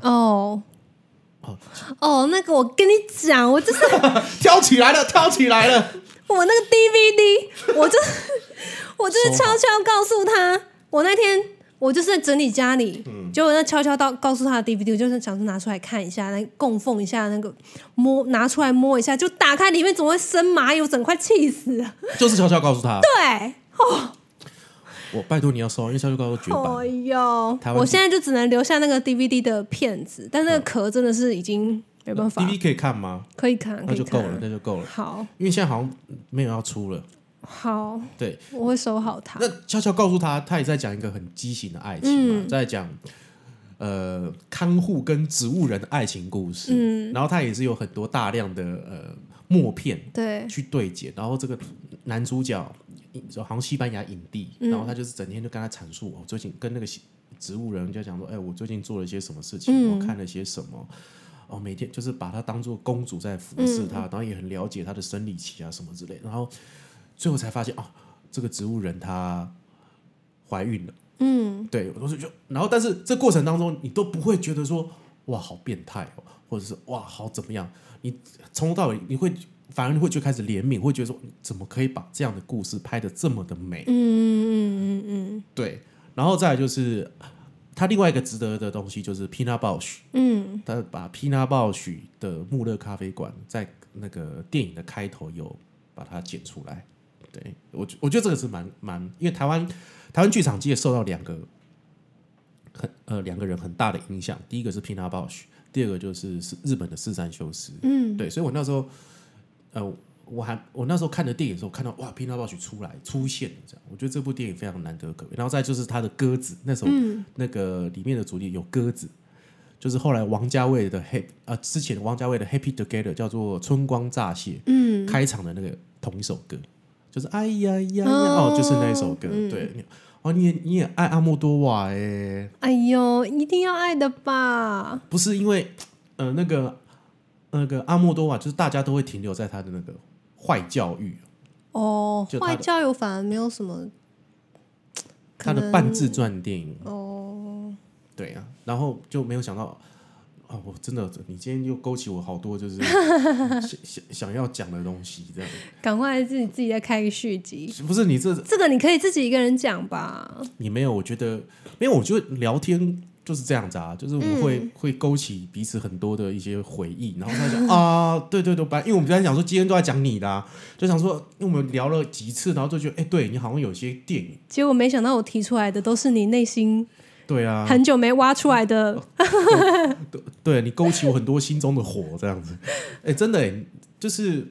Speaker 2: 那个我跟你讲，我就是
Speaker 1: 挑起来了，
Speaker 2: 我那个 DVD，我就是悄悄告诉他，我那天我就是在整理家里，结果那悄悄告诉他的 DVD，我就是想说拿出来看一下，来供奉一下，那个拿出来摸一下，就打开里面怎么会生麻油，整快气死了。
Speaker 1: 就是悄悄告诉他，
Speaker 2: 对，
Speaker 1: 我拜托你要收，因为悄悄告诉绝版。
Speaker 2: 哎呦，我现在就只能留下那个 DVD 的片子，但那个壳真的是已经没办法。
Speaker 1: DVD 可以看吗？
Speaker 2: 可以看，
Speaker 1: 那就够了，那就够了。
Speaker 2: 好，
Speaker 1: 因为现在好像没有要出了。
Speaker 2: 好，
Speaker 1: 对，
Speaker 2: 我会收好它。
Speaker 1: 那悄悄告诉他，他也在讲一个很畸形的爱情嘛，在讲看护跟植物人的爱情故事。然后他也是有很多大量的默片
Speaker 2: 对
Speaker 1: 去对剪，然后这个男主角好像西班牙影帝，然后他就是整天就跟他阐述我最近跟那个植物人就讲说，我最近做了一些什么事情，我看了些什么。每天就是把她当做公主在服侍她，然后也很了解她的生理期啊什么之类的，然后最后才发现这个植物人她怀孕了，对，我就然后但是这过程当中你都不会觉得说哇好变态哦，或者是哇好怎么样，你从头到尾你会反而你会就开始怜悯，会觉得说怎么可以把这样的故事拍得这么的美，对， 然后再来就是他另外一个值得的东西就是 Pina Bausch， 他把 Pina Bausch 的穆勒咖啡馆在那个电影的开头有把它剪出来。对，我觉得这个是蛮，因为台湾剧场界受到两个人很大的影响，第一个是 Pina Bausch， 第二个就是日本的四山修斯。对，所以我那时候我那时候看的电影的时候，看到哇 Pina Bausch 出现了，这样，我觉得这部电影非常难得可贵。然后再就是他的鸽子，那时候那个里面的主题有鸽子，就是后来王家卫的之前王家卫的 Happy Together 叫做春光乍泄，开场的那个同一首歌。就是哎呀呀呀，就是那一首歌，对，你也爱阿莫多瓦
Speaker 2: 哎呦，一定要爱的吧？
Speaker 1: 不是因为那个阿莫多瓦，就是大家都会停留在他的那个坏教育
Speaker 2: 坏教育反而没有什么，
Speaker 1: 他的半自传电影对啊，然后就没有想到。我真的，你今天又勾起我好多就是想要讲的东西，这样。
Speaker 2: 赶快自己再开个续集。
Speaker 1: 不是你这
Speaker 2: 个你可以自己一个人讲吧？
Speaker 1: 你没有，我觉得没有，我觉得聊天就是这样子啊，就是我们会勾起彼此很多的一些回忆，然后他讲对，因为我们刚才讲说今天都在讲你的就想说，因为我们聊了几次，然后就觉得对你好像有些电影，
Speaker 2: 结果没想到我提出来的都是你内心。
Speaker 1: 对啊，
Speaker 2: 很久没挖出来的
Speaker 1: 对，你勾起我很多心中的火，这样子。真的就是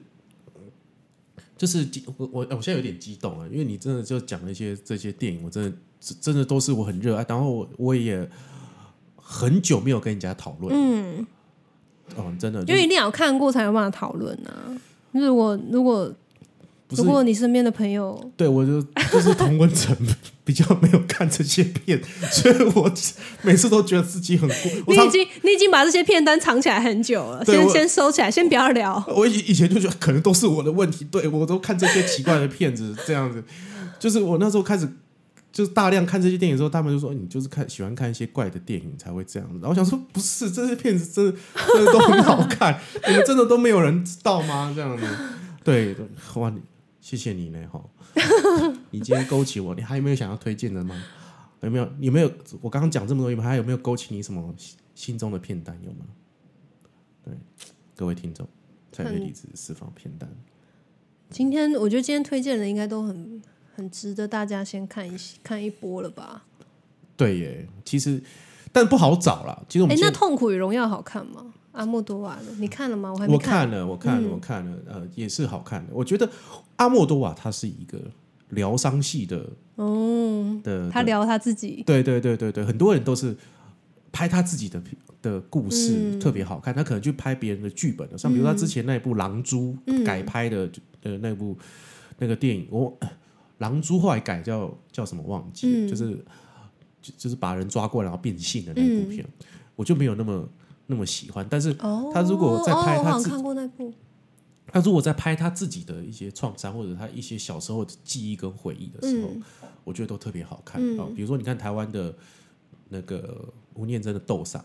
Speaker 1: 我现在有点激动因为你真的就讲了这些电影，我真的都是我很热爱，然后我也很久没有跟人家讨论。真的，
Speaker 2: 因为一定要看过才有办法讨论啊。如果你身边的朋友，
Speaker 1: 对我就是同温层比较没有看这些片，所以我每次都觉得自己很
Speaker 2: 你已经把这些片单藏起来很久了，先收起来，先不要聊。
Speaker 1: 我以前就觉得可能都是我的问题，对我都看这些奇怪的片子，这样子。就是我那时候开始就是大量看这些电影的时候，他们就说你就是喜欢看一些怪的电影才会这样子。然后我想说不是，这些片子真的都很好看，你们真的都没有人知道吗？这样子，对，哇，谢谢你呢你今天勾起我，你还有没有想要推荐的吗？有没有？我刚刚讲这么多，还有没有勾起你什么心中的片单？有吗？对，各位听众，蔡瑞离子私房片单。
Speaker 2: 我觉得今天推荐的应该都很值得大家先看一波了吧？
Speaker 1: 对耶，其实但不好找啦。其实我们
Speaker 2: 那《痛苦与荣耀》好看吗？阿莫多瓦的你看了吗？我还没看。
Speaker 1: 我看了，也是好看的。我觉得阿莫多瓦他是一个疗伤系的
Speaker 2: 他聊他自己，
Speaker 1: 对，很多人都是拍他自己的故事特别好看，他可能去拍别人的剧本的，像比如他之前那一部《狼蛛》改拍的那个电影，狼蛛后来改叫什么忘记，就是把人抓过来然后变性的那部片，我就没有那么喜欢。但是他如果在拍他
Speaker 2: 看过那部，
Speaker 1: 他如果在拍他自己的一些创伤或者他一些小时候的记忆跟回忆的时候，我觉得都特别好看。比如说你看台湾的那个吴念真的《斗赏》，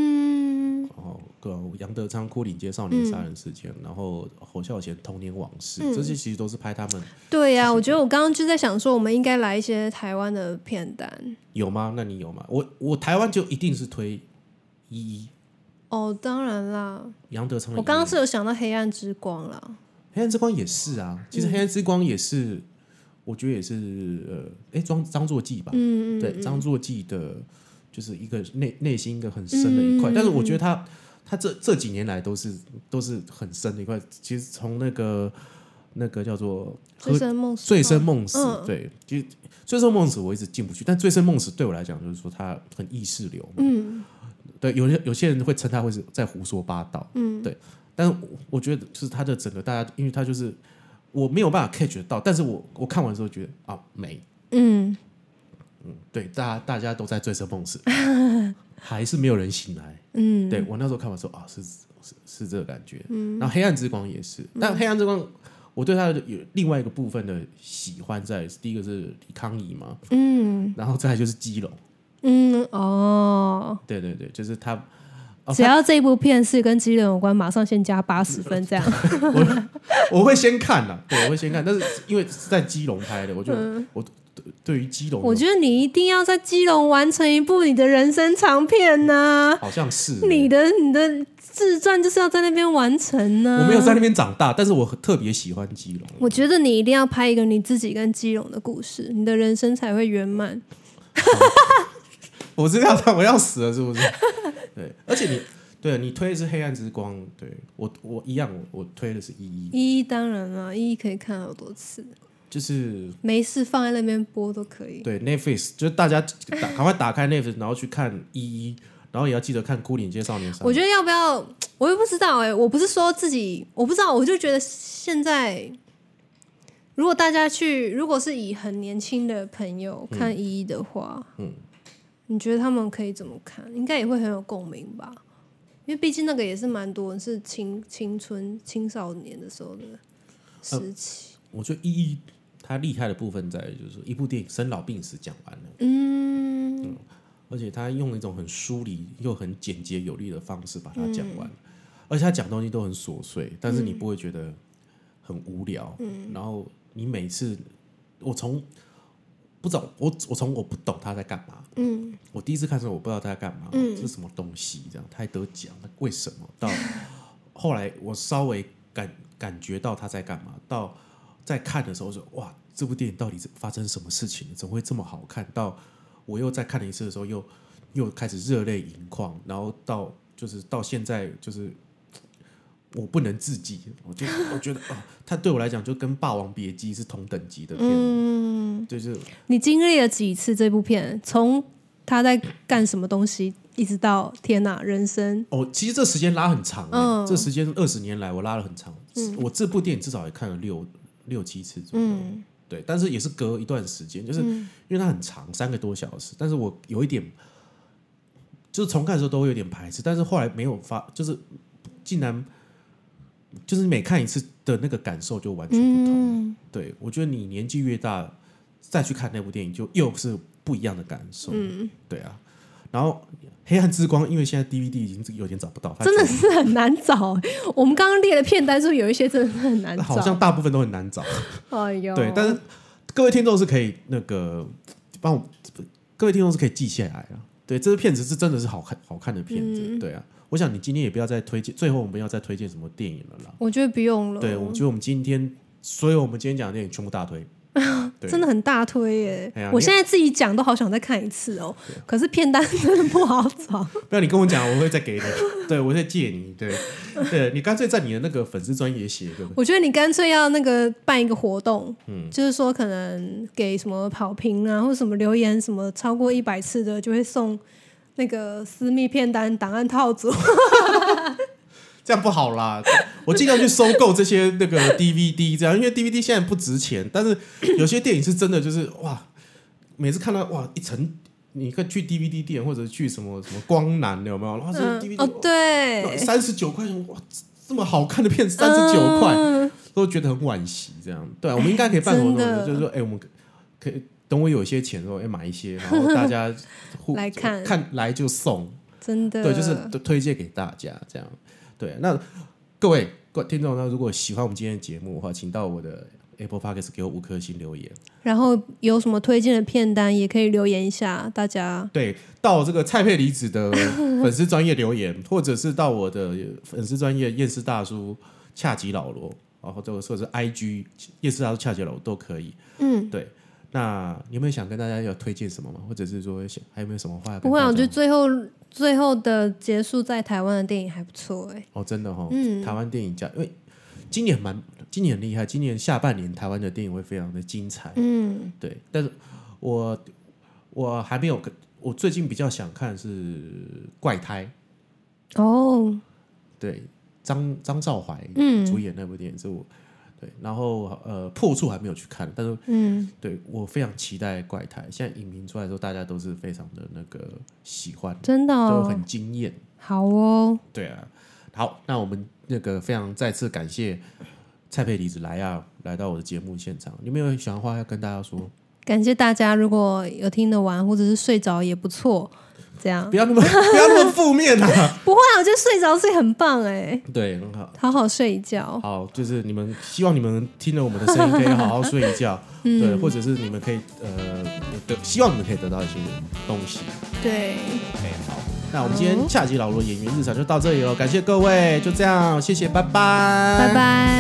Speaker 1: 杨德昌《牯岭街少年杀人事件》，然后侯孝贤《童年往事》，这些其实都是拍他们。
Speaker 2: 对呀，我觉得我刚刚就在想说，我们应该来一些台湾的片单，
Speaker 1: 有吗？那你有吗？我台湾就一定是推一。
Speaker 2: 当然啦，
Speaker 1: 杨德昌的。
Speaker 2: 我刚刚是有想到《黑暗之光》啦，《
Speaker 1: 黑暗之光》也是啊。其实《黑暗之光》也是，我觉得也是张作骥吧，对，张作骥的，就是一个内心一个很深的一块。但是我觉得他这几年来都是很深的一块。其实从那个叫做
Speaker 2: 醉生
Speaker 1: 梦死，对，其实醉生梦死我一直进不去，但醉生梦死对我来讲就是说他很意识流嘛。对，有些人会称他会是在胡说八道，对，但是我觉得就是他的整个大家，因为他就是我没有办法 catch 得到，但是我看完之后觉得美，对，大家都在醉生梦死，还是没有人醒来，对我那时候看完说是这个感觉，然后黑暗之光也是，但黑暗之光我对他有另外一个部分的喜欢在，第一个是李康怡嘛，然后再来就是基隆。对，就是他，
Speaker 2: 只要这部片是跟基隆有关，马上先加80分这样。
Speaker 1: 我会先看啦，对，我会先看，但是因为是在基隆拍的，我觉得对于基隆，
Speaker 2: 我觉得你一定要在基隆完成一部你的人生长片呢、
Speaker 1: 好像是
Speaker 2: 你的自传就是要在那边完成呢、
Speaker 1: 我没有在那边长大，但是我特别喜欢基隆。
Speaker 2: 我觉得你一定要拍一个你自己跟基隆的故事，你的人生才会圆满。
Speaker 1: 我知道我要死了，是不是？对，而且你推的是《黑暗之光》，对我一样，我推的是一。
Speaker 2: 一当然了，一可以看好多次，
Speaker 1: 就是
Speaker 2: 没事放在那边播都可以。
Speaker 1: 对 Netflix，就是大家赶快打开 Netflix，然后去看一，然后也要记得看《牯岭街少年三》。
Speaker 2: 我觉得要不要，我又不知道我不是说自己，我不知道，我就觉得现在。如果大家如果是以很年轻的朋友看一的话，你觉得他们可以怎么看？应该也会很有共鸣吧？因为毕竟那个也是蛮多人是青春青少年的时候的时期。
Speaker 1: 我觉得一它厉害的部分在于，就是说一部电影生老病死讲完了，而且他用一种很疏离又很简洁有力的方式把它讲完，而且他讲东西都很琐碎，但是你不会觉得很无聊，然后你每次我从不懂他在干嘛，我第一次看的时候我不知道他在干嘛，这是什么东西，这样他还得奖，为什么？到后来我稍微感觉到他在干嘛，到在看的时候说哇，这部电影到底发生什么事情，怎么会这么好看？到我又再看了一次的时候，又开始热泪盈眶，然后到现在就是我不能自己，我觉得它对我来讲就跟《霸王别姬》是同等级的片子，就是
Speaker 2: 你经历了几次这部片？从他在干什么东西，一直到天哪，人生
Speaker 1: 其实这时间拉很长，这时间20年来我拉了很长，我这部电影至少也看了六七次左右，对，但是也是隔一段时间，就是因为它很长，3个多小时，但是我有一点就是重看的时候都会有点排斥，但是后来没有就是竟然就是每看一次的那个感受就完全不同，对，我觉得你年纪越大再去看那部电影就又是不一样的感受，对啊，然后黑暗之光因为现在 DVD 已经有点找不到，
Speaker 2: 真的是很难找，我们刚刚列的片单是不是有一些真的是很难找？
Speaker 1: 好像大部分都很难找，
Speaker 2: 哎呦，
Speaker 1: 对，但是各位听众是可以各位听众是可以记下来啊，对，这个片子是真的是好看的片子，对啊。我想你今天也不要再推荐，最后我们要再推荐什么电影了啦？
Speaker 2: 我觉得不用了。
Speaker 1: 对，我觉得我们今天讲的电影全部大推，
Speaker 2: 真的很大推耶！我现在自己讲都好想再看一次哦，可是片单真的不好找。
Speaker 1: 不要你跟我讲，我会再给你，对我会借你，对，你干脆在你的那个粉丝专页写一个。
Speaker 2: 我觉得你干脆要那个办一个活动，就是说可能给什么好评啊，或者什么留言什么超过100次的，就会送那个私密片单档案套组。
Speaker 1: 这样不好啦，我尽量去收购这些那个 DVD， 这样，因为 DVD 现在不值钱，但是有些电影是真的就是哇，每次看到哇一层，你可以去 DVD 店或者去什么光南有没有？然后这 DVD
Speaker 2: 对
Speaker 1: ，39块，哇，这么好看的片39块，都觉得很惋惜。这样，对啊，我们应该可以办活动，就是说，我们可以等我有些钱的时候，买一些，然后大家
Speaker 2: 来看
Speaker 1: 来就送，
Speaker 2: 真的，
Speaker 1: 对，就是推荐给大家这样。对，那各位听众呢，如果喜欢我们今天的节目的话，请到我的 Apple Podcast 给我5颗星留言，然
Speaker 2: 后有什么推荐的片单也可以留言一下，大家
Speaker 1: 对到这个蔡佩离子的粉丝专页留言，或者是到我的粉丝专页厌世大叔恰吉老罗，然后或者是 IG 厌世大叔恰吉老罗都可以，对。那你有没有想跟大家要推荐什么吗？或者是说还有没有什么话要跟大家？
Speaker 2: 不会，我觉得最后的结束在台湾的电影还不错
Speaker 1: 真的台湾电影家，因为今年很厉害，今年下半年台湾的电影会非常的精彩，对。但是我还没有，我最近比较想看是怪胎，对，张兆怀主演那部电影是我。对，然后破处还没有去看，但是对我非常期待怪胎。现在影评出来的时候，大家都是非常的那个喜欢，
Speaker 2: 真的
Speaker 1: 都很惊艳。
Speaker 2: 好哦，
Speaker 1: 对啊，好，那我们那个非常再次感谢蔡佩离子来到我的节目现场。你有没有想的话要跟大家说？
Speaker 2: 感谢大家，如果有听得完或者是睡着也不错。 这样
Speaker 1: 不要那么负面啊！
Speaker 2: 不会啊，我觉得睡着是很棒哎，
Speaker 1: 对，很好，
Speaker 2: 好好睡一觉。
Speaker 1: 好，就是希望你们听了我们的声音可以好好睡一觉，对，或者是你们可以希望你们可以得到一些东西。
Speaker 2: 对
Speaker 1: ，OK， 好，那我们今天下集老罗演员日常就到这里了，感谢各位，就这样，谢谢，拜拜，
Speaker 2: 拜拜。